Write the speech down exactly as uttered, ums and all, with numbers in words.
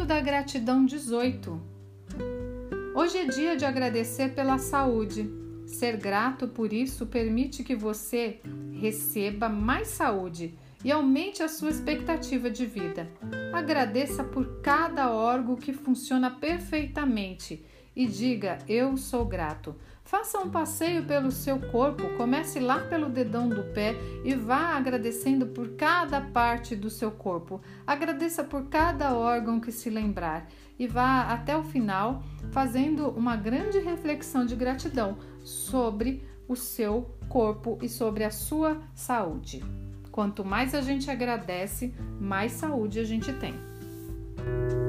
da Gratidão dezoito. Hoje é dia de agradecer pela saúde. Ser grato por isso permite que você receba mais saúde e aumente a sua expectativa de vida. Agradeça por cada órgão que funciona perfeitamente e diga: eu sou grato. Faça um passeio pelo seu corpo, comece lá pelo dedão do pé e vá agradecendo por cada parte do seu corpo. Agradeça por cada órgão que se lembrar e vá até o final fazendo uma grande reflexão de gratidão sobre o seu corpo e sobre a sua saúde. Quanto mais a gente agradece, mais saúde a gente tem.